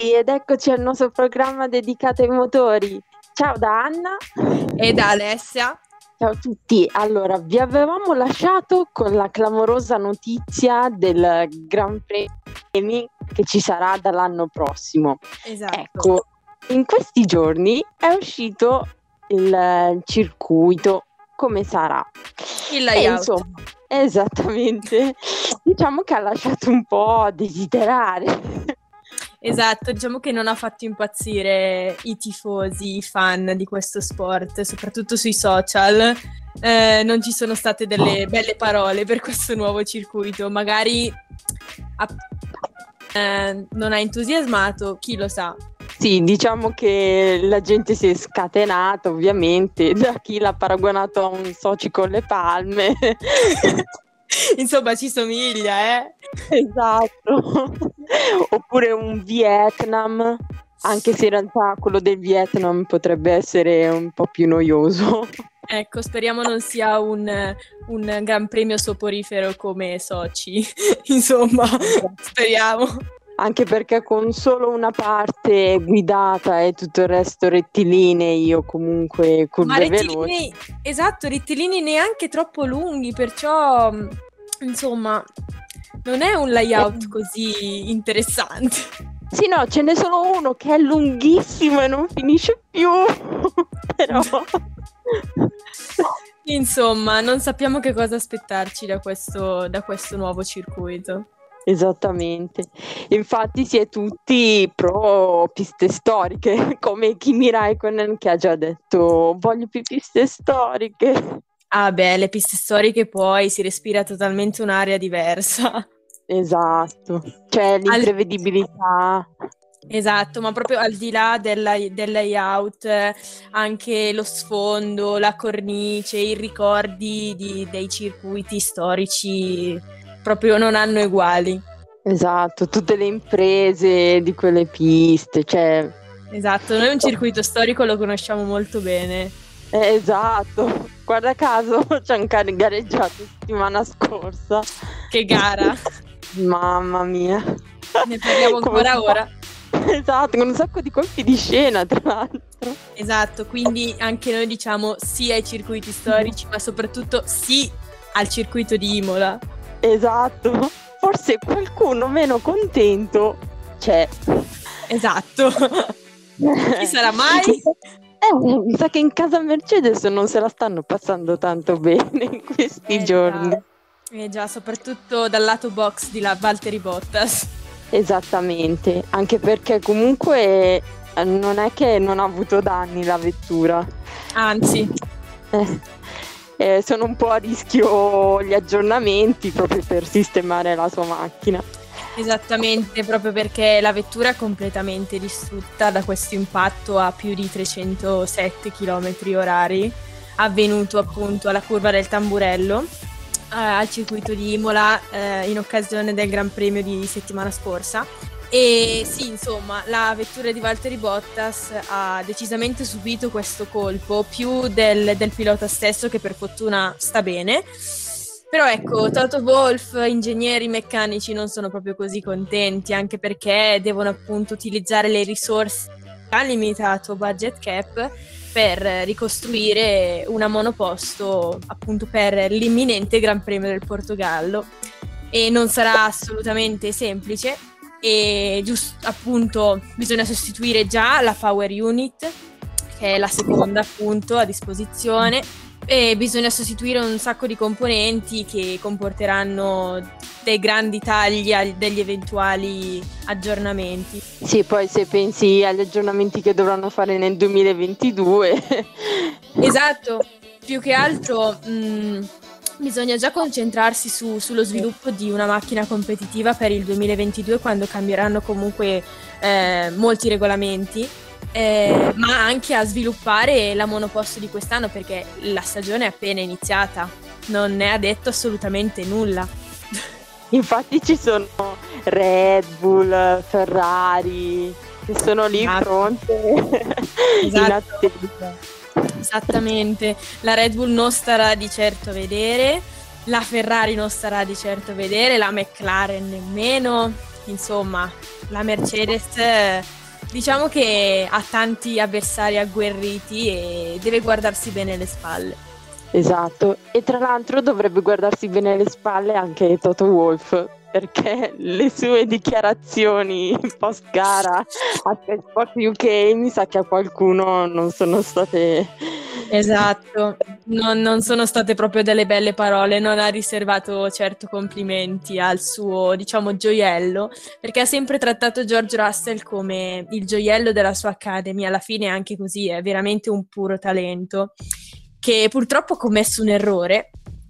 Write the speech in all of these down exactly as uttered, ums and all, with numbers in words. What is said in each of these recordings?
ed eccoci al nostro programma dedicato ai motori. Ciao da Anna e da Alessia. Ciao a tutti. Allora, vi avevamo lasciato con la clamorosa notizia del Gran Premio che ci sarà dall'anno prossimo. Esatto. Ecco, in questi giorni è uscito il circuito, come sarà. Il layout. E insomma, esattamente, diciamo che ha lasciato un po' a desiderare. Esatto, diciamo che non ha fatto impazzire i tifosi, i fan di questo sport, soprattutto sui social. Eh, non ci sono state delle belle parole per questo nuovo circuito, magari a, eh, non ha entusiasmato, chi lo sa. Sì, diciamo che la gente si è scatenata, ovviamente, da chi l'ha paragonato a un soci con le palme. Insomma, ci somiglia, eh? Esatto. Oppure un Vietnam, anche se in realtà quello del Vietnam potrebbe essere un po' più noioso. Ecco, speriamo non sia un, un gran premio soporifero come Sochi. Insomma, speriamo. Anche perché con solo una parte guidata e tutto il resto rettilinei o comunque curve veloci. Esatto, rettilini neanche troppo lunghi, perciò insomma non è un layout così interessante. Sì, no, ce n'è solo uno che è lunghissimo e non finisce più. Però insomma, non sappiamo che cosa aspettarci da questo, da questo nuovo circuito. Esattamente, infatti si è tutti pro piste storiche, come Kimi Raikkonen che ha già detto voglio più piste storiche. Ah beh, le piste storiche poi si respira totalmente un'aria diversa. Esatto, c'è l'imprevedibilità. Al... Esatto, ma proprio al di là del, del layout, anche lo sfondo, la cornice, i ricordi di, dei circuiti storici proprio non hanno uguali. Esatto, tutte le imprese di quelle piste, cioè... Esatto, noi un circuito storico lo conosciamo molto bene. Eh, esatto, guarda caso ci hanno gareggiato settimana scorsa. Che gara! Mamma mia! Ne parliamo ancora ora. Esatto, con un sacco di colpi di scena, tra l'altro. Esatto, quindi anche noi diciamo sì ai circuiti storici, ma soprattutto sì al circuito di Imola. Esatto, forse qualcuno meno contento c'è. Esatto. Chi sarà mai? Eh, mi sa che in casa Mercedes non se la stanno passando tanto bene in questi eh giorni. Già. Eh già, soprattutto dal lato box di la Valtteri Bottas. Esattamente, anche perché comunque non è che non ha avuto danni la vettura. Anzi. Eh, eh, sono un po' a rischio gli aggiornamenti proprio per sistemare la sua macchina. Esattamente, proprio perché la vettura è completamente distrutta da questo impatto a più di trecentosette chilometri orari, avvenuto appunto alla curva del Tamburello, eh, al circuito di Imola, eh, in occasione del Gran Premio di settimana scorsa. E sì, insomma, la vettura di Valtteri Bottas ha decisamente subito questo colpo, più del, del pilota stesso, che per fortuna sta bene. Però ecco, Toto Wolff, ingegneri meccanici non sono proprio così contenti, anche perché devono appunto utilizzare le risorse a limitato budget cap per ricostruire una monoposto appunto per l'imminente Gran Premio del Portogallo, e non sarà assolutamente semplice, e giusto appunto bisogna sostituire già la power unit, che è la seconda appunto a disposizione, e bisogna sostituire un sacco di componenti che comporteranno dei grandi tagli degli eventuali aggiornamenti. Sì, poi se pensi agli aggiornamenti che dovranno fare nel duemilaventidue. Esatto, più che altro mh, bisogna già concentrarsi su, sullo sviluppo di una macchina competitiva per il duemilaventidue, quando cambieranno comunque eh, molti regolamenti. Eh, ma anche a sviluppare la monoposto di quest'anno, perché la stagione è appena iniziata, non ne ha detto assolutamente nulla. Infatti ci sono Red Bull, Ferrari che sono lì esatto. pronte esatto. in attesa. Esattamente, la Red Bull non starà di certo a vedere, la Ferrari non starà di certo a vedere, la McLaren nemmeno. insomma, la Mercedes eh, diciamo che ha tanti avversari agguerriti e deve guardarsi bene le spalle. Esatto, e tra l'altro dovrebbe guardarsi bene le spalle anche Toto Wolff, perché le sue dichiarazioni post gara a Sky Sport U K mi sa che a qualcuno non sono state... Esatto, non, non sono state proprio delle belle parole, non ha riservato certo complimenti al suo, diciamo, gioiello, perché ha sempre trattato George Russell come il gioiello della sua Academy, alla fine è anche così, è veramente un puro talento, che purtroppo ha commesso un errore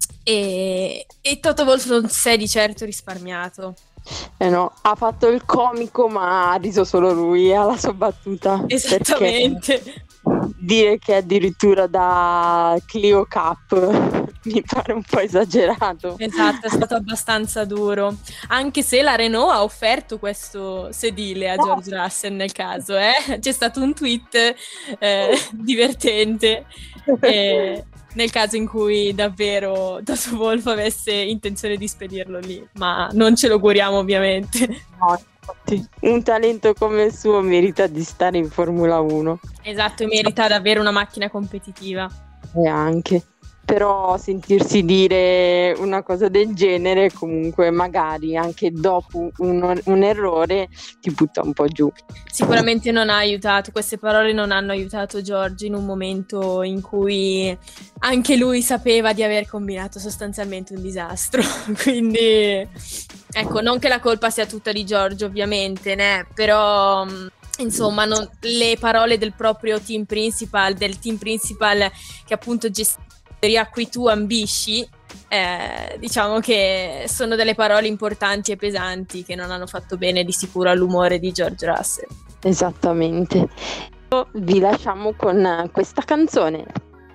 e, e Toto Wolff non si è di certo risparmiato. Eh no, ha fatto il comico ma ha riso solo lui alla sua battuta. Esattamente. Dire che addirittura da Clio Cup mi pare un po' esagerato. Esatto, è stato abbastanza duro, anche se la Renault ha offerto questo sedile a George Russell nel caso, eh? C'è stato un tweet eh, divertente eh, nel caso in cui davvero Toto Wolff avesse intenzione di spedirlo lì, ma non ce lo auguriamo ovviamente. No, infatti, un talento come il suo merita di stare in Formula uno. Esatto, e merita davvero una macchina competitiva. E anche. Però sentirsi dire una cosa del genere, comunque magari anche dopo un, un errore ti butta un po' giù. Sicuramente non ha aiutato, queste parole non hanno aiutato Giorgio in un momento in cui anche lui sapeva di aver combinato sostanzialmente un disastro. Quindi ecco, non che la colpa sia tutta di Giorgio ovviamente, né? Però insomma non, le parole del proprio team principal, del team principal che appunto gestisce a cui tu ambisci, eh, diciamo che sono delle parole importanti e pesanti che non hanno fatto bene di sicuro all'umore di George Russell. Esattamente. Vi lasciamo con questa canzone.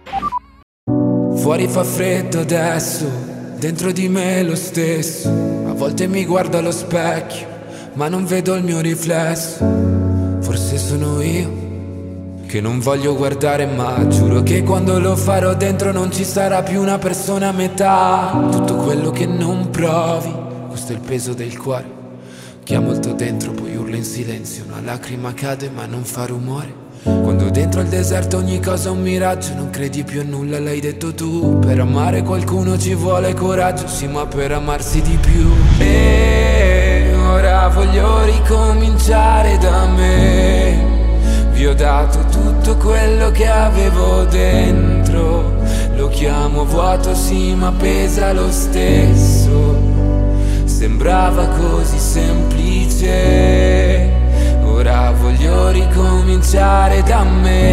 Fuori fa freddo adesso, dentro di me lo stesso. A volte mi guardo allo specchio, ma non vedo il mio riflesso. Forse sono io che non voglio guardare, ma giuro che quando lo farò dentro non ci sarà più una persona a metà. Tutto quello che non provi, questo è il peso del cuore che ha molto dentro, poi urla in silenzio. Una lacrima cade ma non fa rumore. Quando dentro il deserto ogni cosa è un miraggio, non credi più a nulla, l'hai detto tu. Per amare qualcuno ci vuole coraggio, sì, ma per amarsi di più. E ora voglio ricominciare da me. Vi ho dato tutto quello che avevo dentro. Lo chiamo vuoto, sì, ma pesa lo stesso. Sembrava così semplice. Ora voglio ricominciare da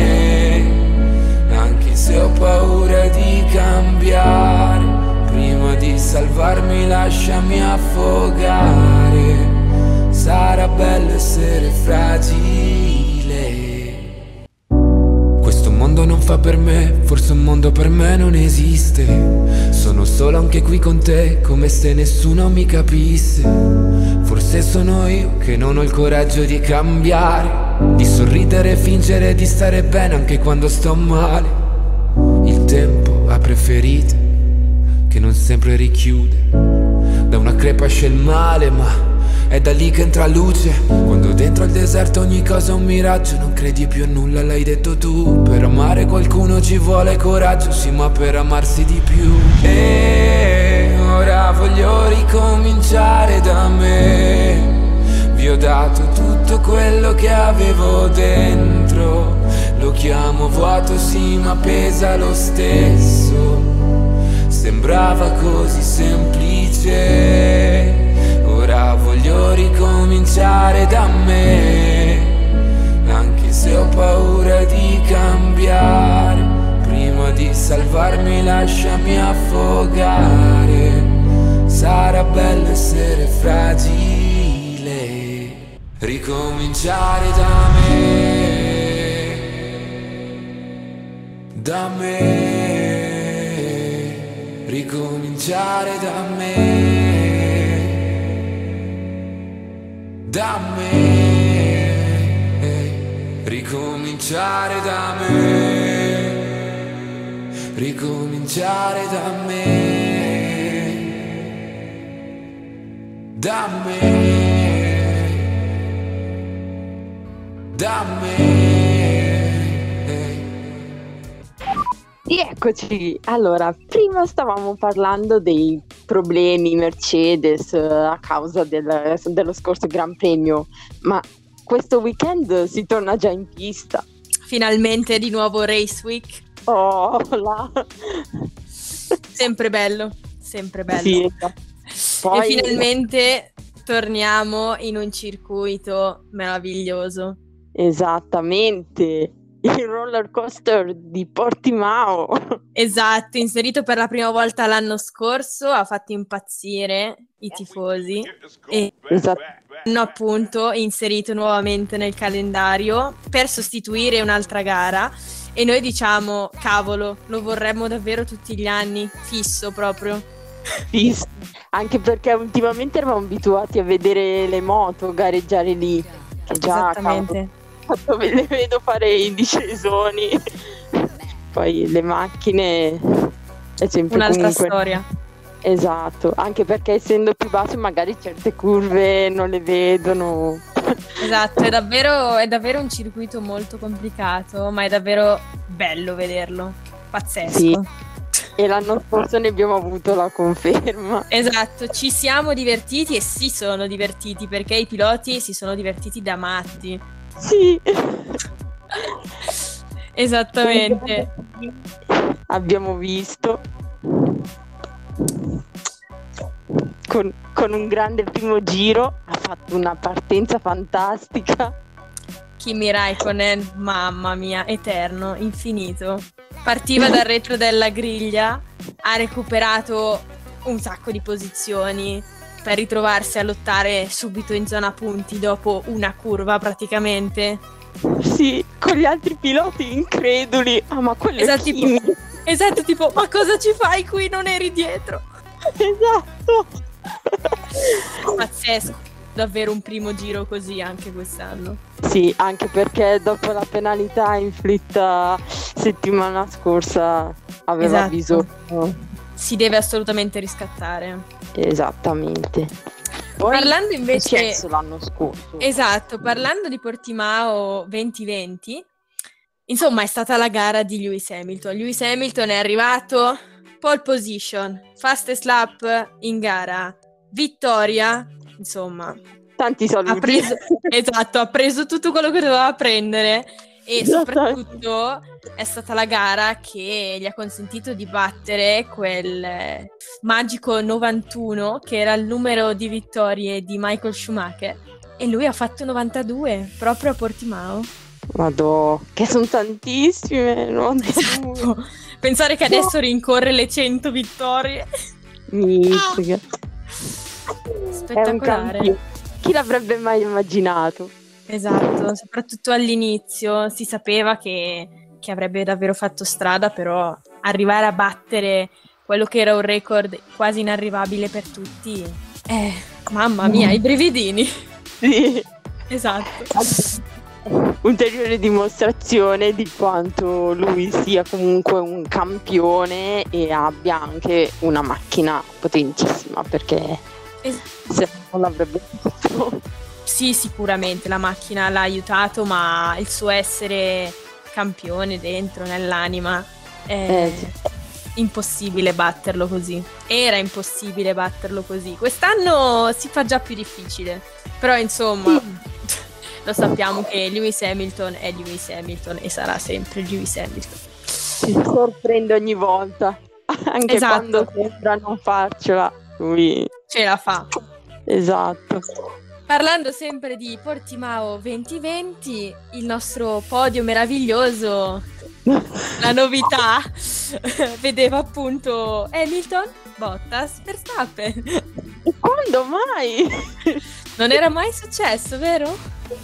me, anche se ho paura di cambiare. Prima di salvarmi lasciami affogare. Sarà bello essere fragile. Questo mondo non fa per me, forse un mondo per me non esiste. Sono solo anche qui con te, come se nessuno mi capisse. Forse sono io che non ho il coraggio di cambiare, di sorridere e fingere di stare bene anche quando sto male. Il tempo ha preferite che non sempre richiude. Da una crepa esce il male, ma è da lì che entra luce. Quando dentro il deserto ogni cosa è un miraggio, non credi più a nulla, l'hai detto tu. Per amare qualcuno ci vuole coraggio, sì, ma per amarsi di più. E ora voglio ricominciare da me. Vi ho dato tutto quello che avevo dentro. Lo chiamo vuoto, sì, ma pesa lo stesso. Sembrava così semplice. Ora voglio ricominciare da me, anche se ho paura di cambiare. Prima di salvarmi lasciami affogare. Sarà bello essere fragile. Ricominciare da me, da me. Ricominciare da me, da me, ricominciare da me, ricominciare da me, da me. da me. Rieccoci. Allora, prima stavamo parlando dei problemi Mercedes eh, a causa del- dello scorso Gran Premio, ma questo weekend si torna già in pista. Finalmente di nuovo Race Week. Oh, là. Sempre bello, sempre bello. Sì, esatto. Poi- E finalmente torniamo in un circuito meraviglioso. Esattamente, il roller coaster di Portimao. Esatto, inserito per la prima volta l'anno scorso, ha fatto impazzire i tifosi e Esatto. hanno appunto inserito nuovamente nel calendario per sostituire un'altra gara e noi diciamo, cavolo, lo vorremmo davvero tutti gli anni, fisso proprio. Sì, anche perché ultimamente eravamo abituati a vedere le moto gareggiare lì, che già Esattamente. cavolo, le vedo fare i discesoni. Poi le macchine è sempre Un'altra comunque storia. esatto, anche perché essendo più basso magari certe curve non le vedono. Esatto, è davvero, è davvero un circuito molto complicato, ma è davvero bello vederlo. Pazzesco. Sì. E l'anno scorso ne abbiamo avuto la conferma. Esatto, ci siamo divertiti e si sono divertiti perché i piloti si sono divertiti da matti. Sì. Esattamente. Abbiamo visto con, con un grande primo giro ha fatto una partenza fantastica. Kimi Raikkonen, mamma mia, eterno, infinito. Partiva dal retro della griglia, ha recuperato un sacco di posizioni per ritrovarsi a lottare subito in zona punti dopo una curva praticamente. Sì, con gli altri piloti increduli. Ah, ma quello Esatto, è tipo, Kimi. esatto, tipo, ma cosa ci fai qui? Non eri dietro. Esatto. Pazzesco, davvero un primo giro così anche quest'anno. Sì, anche perché dopo la penalità inflitta settimana scorsa aveva Esatto. bisogno. Si deve assolutamente riscattare. Esattamente. Poi Parlando è invece- successo l'anno scorso. Esatto, parlando di Portimao duemilaventi, insomma è stata la gara di Lewis Hamilton. Lewis Hamilton è arrivato, pole position, fastest lap in gara, vittoria, insomma, Tanti saluti. ha preso, esatto, ha preso tutto quello che doveva prendere e Esattamente. soprattutto è stata la gara che gli ha consentito di battere quel eh, magico novantuno che era il numero di vittorie di Michael Schumacher e lui ha fatto novantadue proprio a Portimao. Madò, che sono tantissime. Non Esatto. Pensare che adesso rincorre le cento vittorie. Mistica. È un Spettacolare. campione. Chi l'avrebbe mai immaginato? Esatto, soprattutto all'inizio si sapeva che, che avrebbe davvero fatto strada, però arrivare a battere quello che era un record quasi inarrivabile per tutti, eh, mamma mia, i brividini. Sì. Esatto. Ulteriore dimostrazione di quanto lui sia comunque un campione e abbia anche una macchina potentissima, perché Es- se non l'avrebbe fatto. Sì, sicuramente la macchina l'ha aiutato, ma il suo essere campione dentro, nell'anima, è Eh, sì. impossibile batterlo così. Era impossibile batterlo così. Quest'anno si fa già più difficile, però insomma lo sappiamo che Lewis Hamilton è Lewis Hamilton e sarà sempre Lewis Hamilton. Ci sorprende ogni volta, anche Esatto. quando sembra non farcela. Lui, Ce la fa. esatto. Parlando sempre di Portimao duemilaventi, il nostro podio meraviglioso, la novità, vedeva appunto Hamilton, Bottas, Verstappen. E quando mai? Non era mai successo, vero?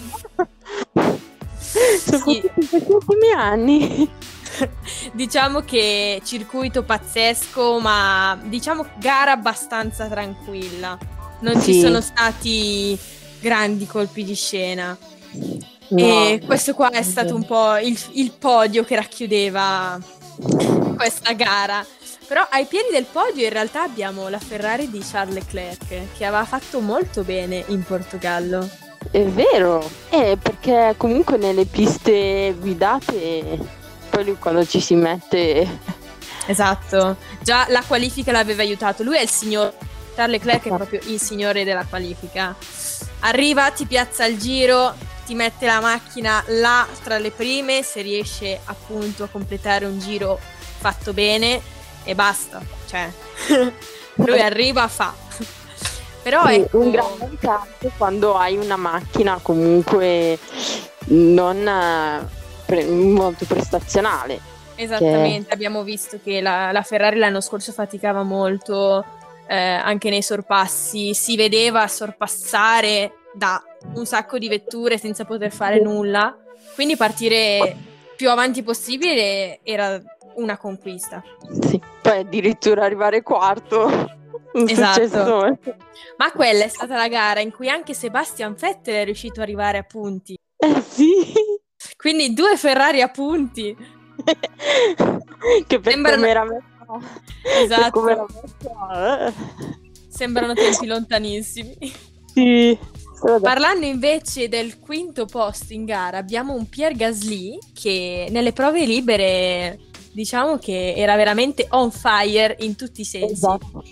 Soprattutto in questi ultimi anni. Diciamo che circuito pazzesco, ma diciamo gara abbastanza tranquilla. Non ci Sì. sono stati grandi colpi di scena. No. E questo qua è stato un po' il, il podio che racchiudeva questa gara. Però ai piedi del podio in realtà abbiamo la Ferrari di Charles Leclerc, che aveva fatto molto bene in Portogallo. È vero, eh, perché comunque nelle piste guidate, poi lui quando ci si mette... Esatto, già la qualifica l'aveva aiutato, lui è il signor, Charles Leclerc è proprio il signore della qualifica, arriva, ti piazza il giro, ti mette la macchina là tra le prime, se riesce appunto a completare un giro fatto bene e basta, cioè lui arriva, fa. Però sì, ecco... un grande vantaggio quando hai una macchina comunque non eh, pre- molto prestazionale. Esattamente, che... abbiamo visto che la, la Ferrari l'anno scorso faticava molto eh, anche nei sorpassi, si vedeva sorpassare da un sacco di vetture senza poter fare nulla, quindi partire più avanti possibile era una conquista. Sì, poi addirittura arrivare quarto, un esatto. successore. Ma quella è stata la gara in cui anche Sebastian Vettel è riuscito ad arrivare a punti. Eh sì! Quindi due Ferrari a punti. Che per Sembrano... come era messa... Esatto. Come era messa... eh. Sembrano tempi lontanissimi. Sì. Parlando invece del quinto posto in gara, abbiamo un Pierre Gasly che nelle prove libere diciamo che era veramente on fire in tutti i sensi. Esatto.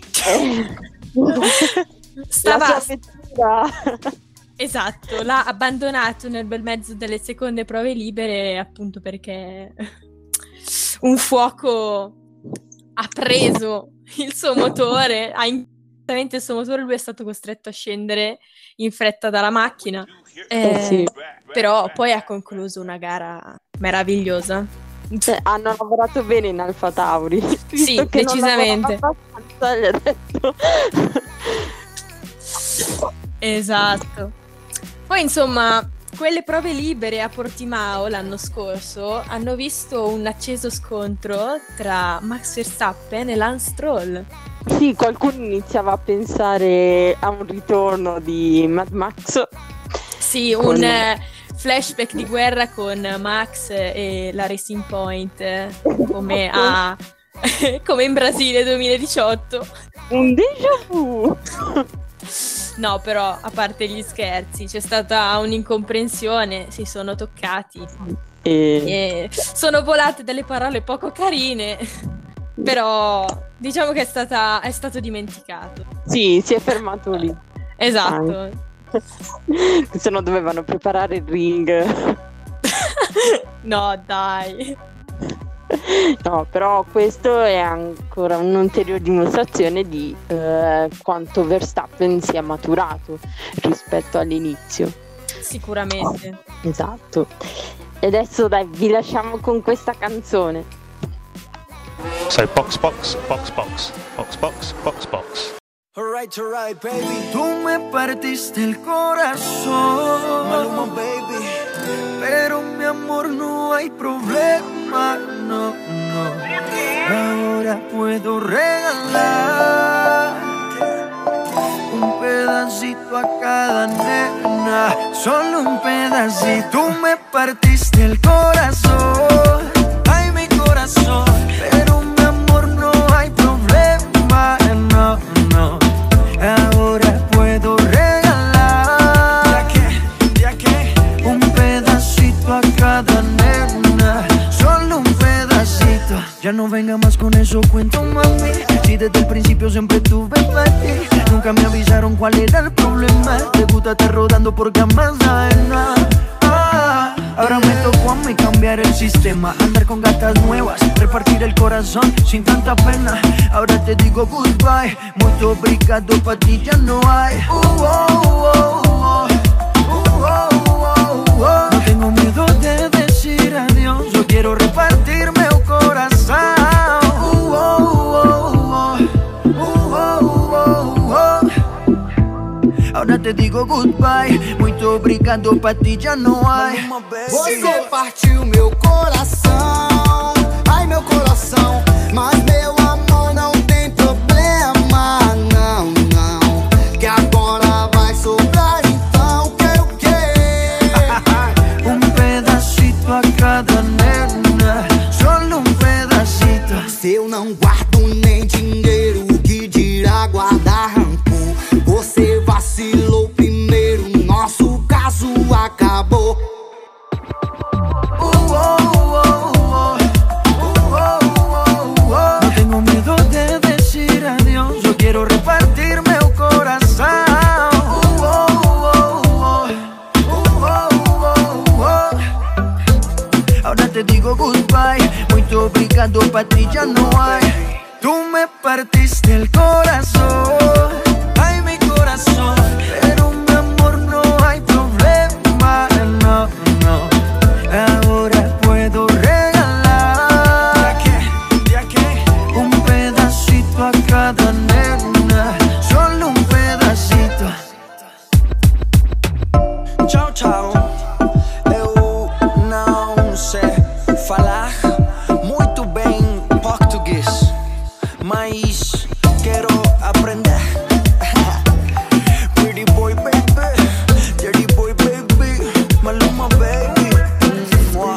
Stava... La sua vettura. Esatto, l'ha abbandonato nel bel mezzo delle seconde prove libere appunto perché un fuoco ha preso il suo motore, ha in... il suo motore, lui è stato costretto a scendere in fretta dalla macchina, eh, sì. Però poi ha concluso una gara meravigliosa. Cioè, hanno lavorato bene in Alfa Tauri. Sì, che decisamente. Non abbastanza, gli ha detto. Esatto. Poi insomma, quelle prove libere a Portimao l'anno scorso hanno visto un acceso scontro tra Max Verstappen e Lance Stroll. Sì, qualcuno iniziava a pensare a un ritorno di Mad Max. Sì, con... un eh, flashback di guerra con Max e la Racing Point, eh, come, a... come in Brasile duemiladiciotto. Un déjà vu! No, però, a parte gli scherzi, c'è stata un'incomprensione, si sono toccati e... e sono volate delle parole poco carine, però diciamo che è, stata, è stato dimenticato. Sì, si è fermato lì. Esatto. Se no dovevano preparare il ring. No, dai. No, però questo è ancora un'ulteriore dimostrazione di eh, quanto Verstappen sia maturato rispetto all'inizio. Sicuramente. Esatto. E adesso dai, vi lasciamo con questa canzone. So box box box box box box box box. Alright, alright, baby. Tú me partiste el corazón, Maluma, baby. Pero mi amor, no hay problema, no, no. Ahora puedo regalar un pedacito a cada nena, solo un pedacito. Tú me partiste el corazón, ay, mi corazón. Pero mi amor, no hay problema, no, no. Ahora puedo regalar ¿Ya qué? Un pedacito a cada nena, solo un pedacito. Ya no venga más con eso, cuento, mami. Si desde el principio siempre tuve para ti, nunca me avisaron cuál era el problema. Te gusta estar rodando por camas ajenas. Ah, ahora me tocó a mí cambiar el sistema, andar con gatas nuevas, repartir el corazón sin tanta pena. Ahora te digo goodbye, muy obrigado, pa' ti ya no hay. Uh, oh, oh, oh. Uh, oh, oh, oh. No tengo miedo de decir adiós, yo quiero repartirme el corazón. Uh, oh, oh, oh. Uh, oh, oh, oh. Ahora te digo goodbye, muito obrigado, pra ti já não há. Você partiu meu coração, ai meu coração. Mas meu amor não tem problema, não, não. Que agora vai sobrar, então quero o quê? Um pedacito a cada nena, solo um pedacito. Se eu não guardo nem dinheiro, que dirá guardar rancor? Você vacilou primeiro, nosso caso llegado pa' ti ya no hay. Tú me partiste el corazón, ay mi corazón, pero mi amor no hay problema, no, no. Ahora puedo regalar un pedacito a cada nena, solo un pedacito. Ciao ciao, eu não sei falar muito bem português, mas quero aprender. Pretty boy baby, dirty boy baby, Maluma baby. Mua.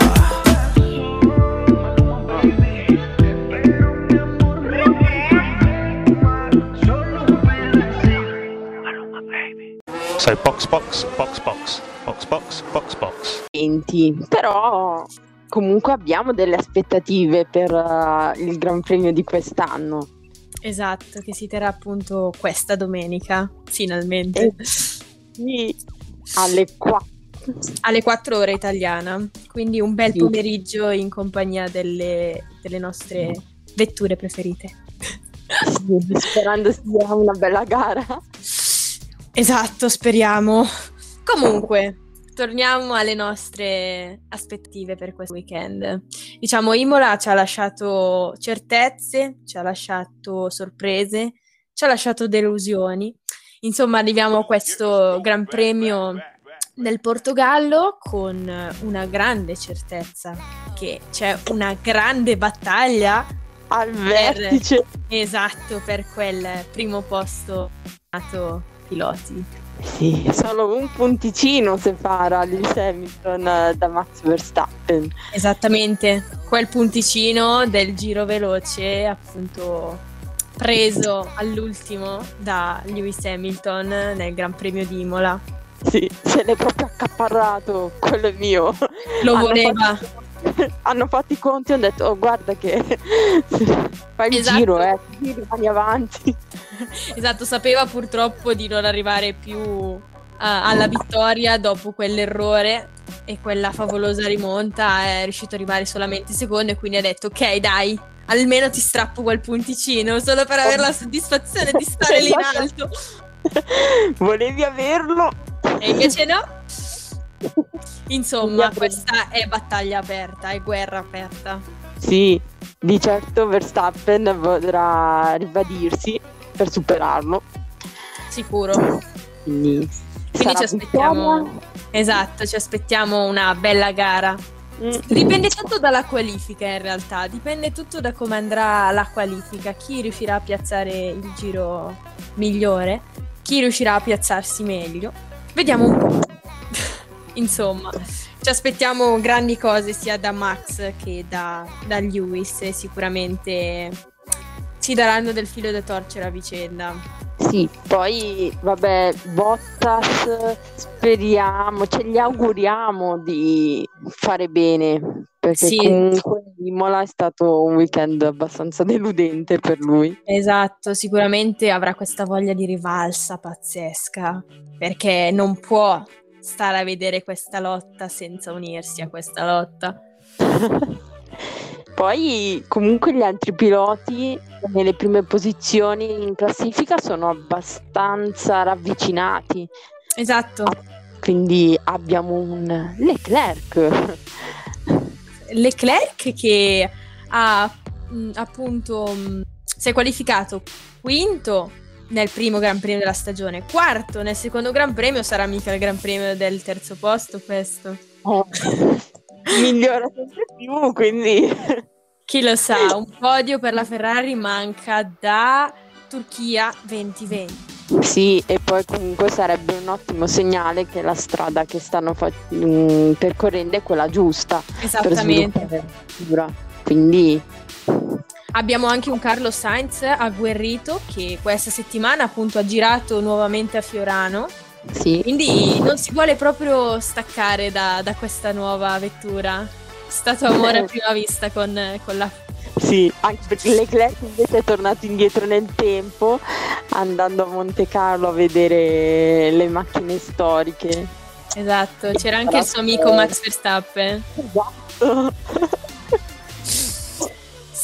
So box, box, box, box, box, box, box, box. venti. Però comunque abbiamo delle aspettative per uh, il Gran Premio di quest'anno. Esatto, che si terrà appunto questa domenica, finalmente. Eh, Sì, alle quattro. Alle quattro ore italiana, quindi un bel Sì. pomeriggio in compagnia delle, delle nostre vetture preferite. Sì, sperando sia una bella gara. Esatto, speriamo. Comunque, torniamo alle nostre aspettative per questo weekend. Diciamo, Imola ci ha lasciato certezze, ci ha lasciato sorprese, ci ha lasciato delusioni. Insomma, arriviamo a questo Gran Premio del Portogallo con una grande certezza che c'è una grande battaglia Al per, vertice. esatto, per quel primo posto nato piloti. Sì, solo un punticino separa Lewis Hamilton eh, da Max Verstappen. Esattamente, quel punticino del giro veloce appunto preso all'ultimo da Lewis Hamilton nel Gran Premio di Imola. Sì, se l'è proprio accaparrato, quello è mio. Lo Hanno voleva. fatto- hanno fatto i conti e hanno detto, oh, guarda che fai il Esatto. giro, eh, rimani avanti. Esatto, sapeva purtroppo di non arrivare più uh, alla vittoria dopo quell'errore e quella favolosa rimonta, è riuscito ad arrivare solamente secondo e quindi ha detto ok dai, almeno ti strappo quel punticino solo per avere la soddisfazione di stare lì in alto. Volevi averlo? E invece no. Insomma, Quindi avremo- questa è battaglia aperta, è guerra aperta. Sì, di certo Verstappen vorrà ribadirsi per superarlo. Sicuro. Quindi, Quindi sarà ci aspettiamo, vittoria. esatto, ci aspettiamo una bella gara. Mm. Dipende tutto dalla qualifica in realtà, dipende tutto da come andrà la qualifica, chi riuscirà a piazzare il giro migliore, chi riuscirà a piazzarsi meglio. Vediamo un po'. Insomma, ci aspettiamo grandi cose sia da Max che da, da Lewis e sicuramente ci daranno del filo da torcere a vicenda. Sì, poi vabbè, Bottas speriamo, ce gli auguriamo di fare bene, perché Sì. comunque Imola è stato un weekend abbastanza deludente per lui. Esatto, sicuramente avrà questa voglia di rivalsa pazzesca, perché non può stare a vedere questa lotta senza unirsi a questa lotta. Poi comunque gli altri piloti nelle prime posizioni in classifica sono abbastanza ravvicinati, Esatto, quindi abbiamo un Leclerc. Leclerc che ha mh, appunto mh, si è qualificato quinto nel primo Gran Premio della stagione, quarto nel secondo Gran Premio, sarà mica il Gran Premio del terzo posto questo? Eh, migliora sempre più, quindi Chi lo sa, un podio per la Ferrari manca da Turchia duemilaventi. sì, e poi comunque sarebbe un ottimo segnale che la strada che stanno fa- mh, percorrendo è quella giusta per Esattamente. sviluppare la cultura. Quindi Abbiamo anche un Carlos Sainz agguerrito che questa settimana appunto ha girato nuovamente a Fiorano, sì, quindi non si vuole proprio staccare da, da questa nuova vettura. È stato amore a prima vista con, con la... sì, anche perché Leclerc invece è tornato indietro nel tempo andando a Monte Carlo a vedere le macchine storiche. Esatto, c'era anche il suo amico Max Verstappen. Esatto.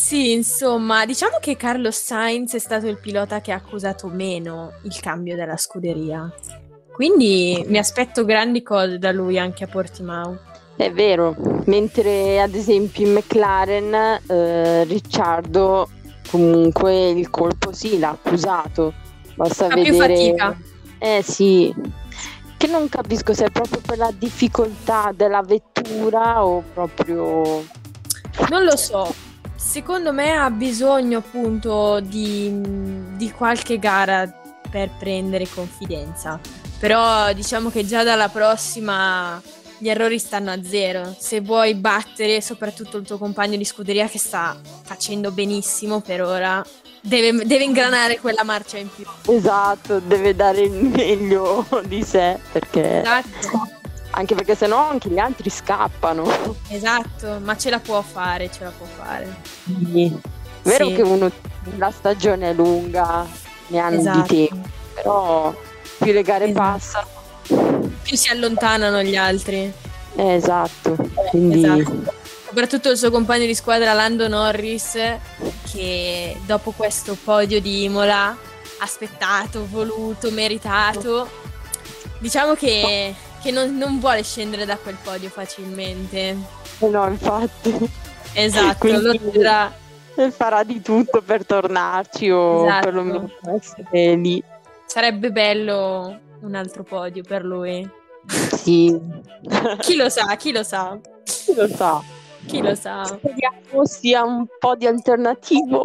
Sì, insomma, diciamo che Carlos Sainz è stato il pilota che ha accusato meno il cambio della scuderia. Quindi mi aspetto grandi cose da lui anche a Portimao. È vero, mentre ad esempio in McLaren eh, Ricciardo comunque il colpo sì, l'ha accusato. Basta Fa vedere... più fatica. Eh sì, che non capisco se è proprio per la difficoltà della vettura o proprio... Non lo so, secondo me ha bisogno appunto di, di qualche gara per prendere confidenza, però diciamo che già dalla prossima gli errori stanno a zero. Se vuoi battere soprattutto il tuo compagno di scuderia che sta facendo benissimo per ora, deve, deve ingranare quella marcia in più. Esatto, deve dare il meglio di sé, perché... Esatto. Anche perché sennò anche gli altri scappano. Esatto, ma ce la può fare, ce la può fare. Sì. Vero Sì. che uno la stagione è lunga, ne hanno Esatto. di tempo, però più le gare Esatto. passano. Più si allontanano gli altri. Eh, esatto, quindi Esatto. Soprattutto il suo compagno di squadra Lando Norris, che dopo questo podio di Imola, aspettato, voluto, meritato, diciamo che, che non, non vuole scendere da quel podio facilmente. eh no, infatti. Esatto, Quindi- lotterà. farà di tutto per tornarci o Esatto. perlomeno essere lì. Sarebbe bello un altro podio per lui. Sì. Chi lo sa, chi lo sa, Chi lo sa. chi lo sa. Speriamo sia un po' di alternativo.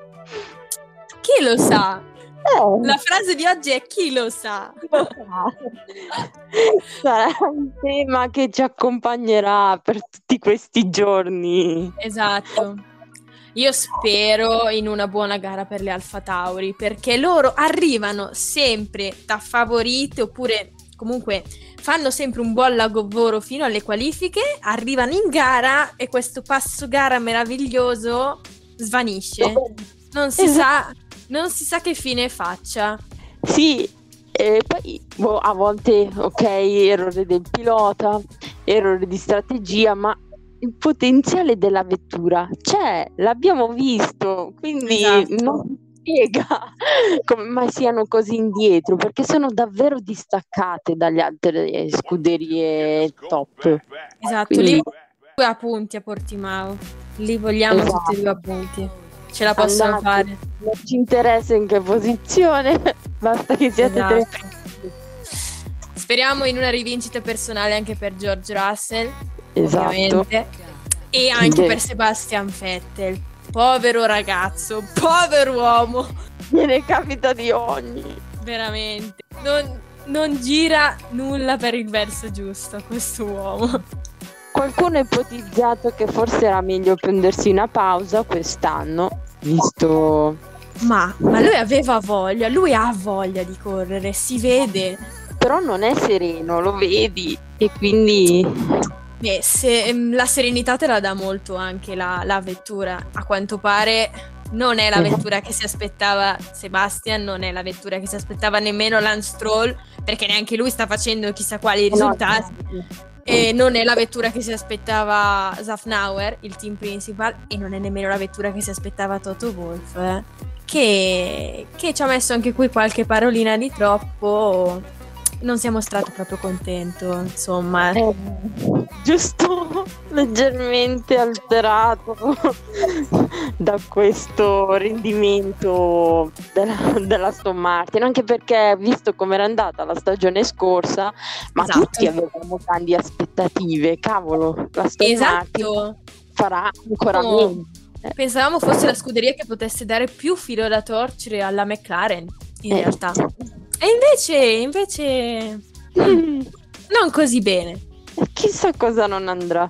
Chi lo sa? Eh, La frase di oggi è chi lo sa. chi lo sa. Sarà un tema che ci accompagnerà per tutti questi giorni. Esatto. Io spero in una buona gara per le Alfa Tauri, perché loro arrivano sempre da favorite, oppure comunque fanno sempre un buon lavoro fino alle qualifiche, arrivano in gara e questo passo gara meraviglioso svanisce. Non si sa, non si sa che fine faccia. Sì, e poi boh, a volte, ok, errore del pilota, errore di strategia, ma il potenziale della vettura c'è, l'abbiamo visto, quindi Esatto. non si spiega come mai siano così indietro, perché sono davvero distaccate dalle altre scuderie top. Esatto, Quindi- lì due a punti a Portimao. Li vogliamo Esatto. tutti e due a punti. Ce la possono Andate, fare. non ci interessa in che posizione, basta che siate Esatto. tre. Speriamo in una rivincita personale anche per George Russell, Esatto. ovviamente, e anche Sì. per Sebastian Vettel. Povero ragazzo, povero uomo, Gliene capita di ogni. veramente. Non, non gira nulla per il verso giusto questo uomo. Qualcuno ha ipotizzato che forse era meglio prendersi una pausa quest'anno, visto... Ma, ma lui aveva voglia, lui ha voglia di correre, si vede. Però non è sereno, lo vedi, e quindi... Beh, se, ehm, la serenità te la dà molto anche la, la vettura. A quanto pare non è la Mhm. vettura che si aspettava Sebastian, non è la vettura che si aspettava nemmeno Lance Stroll, perché neanche lui sta facendo chissà quali risultati. E non è la vettura che si aspettava Zafnauer, il team principal, e non è nemmeno la vettura che si aspettava Toto Wolff, eh, che, che ci ha messo anche qui qualche parolina di troppo. Non si è mostrato proprio contento, insomma. Eh, giusto leggermente alterato da questo rendimento della, della Aston Martin, anche perché visto come era andata la stagione scorsa, ma Esatto. tutti avevamo grandi aspettative, cavolo, la Aston Martin Esatto. farà ancora Oh. meglio. Pensavamo fosse la scuderia che potesse dare più filo da torcere alla McLaren, in Eh. realtà. E invece, invece, Mm, non così bene. chissà cosa non andrà.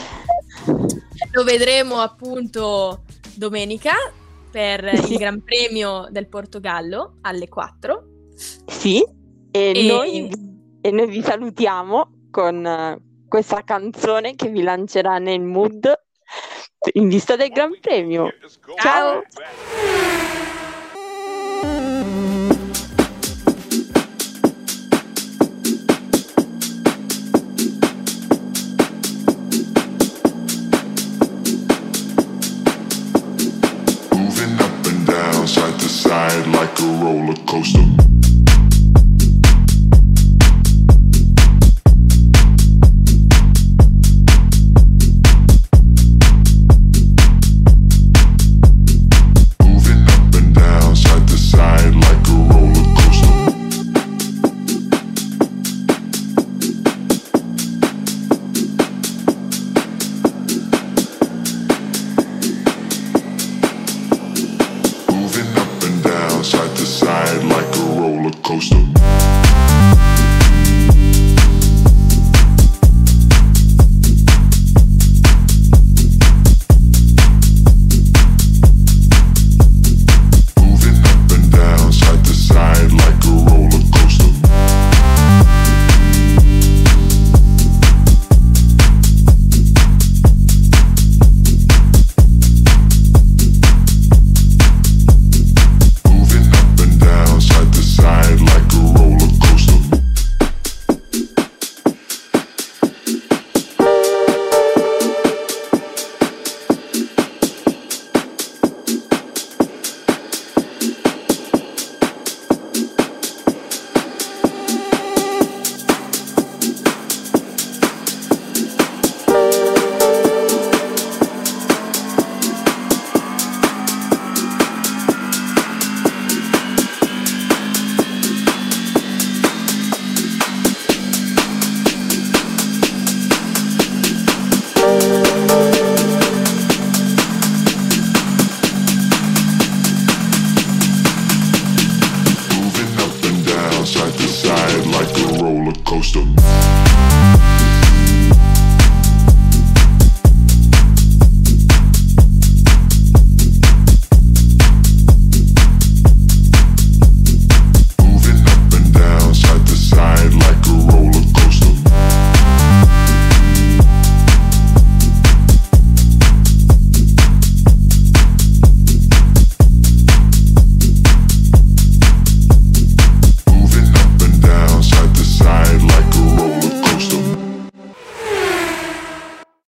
Lo vedremo appunto domenica per Sì. il Gran Premio del Portogallo alle quattro. Sì, e, E- Noi, e noi vi salutiamo con eh, questa canzone che vi lancerà nel mood in vista del Gran Premio. Ciao! coaster. Side to side like a roller coaster.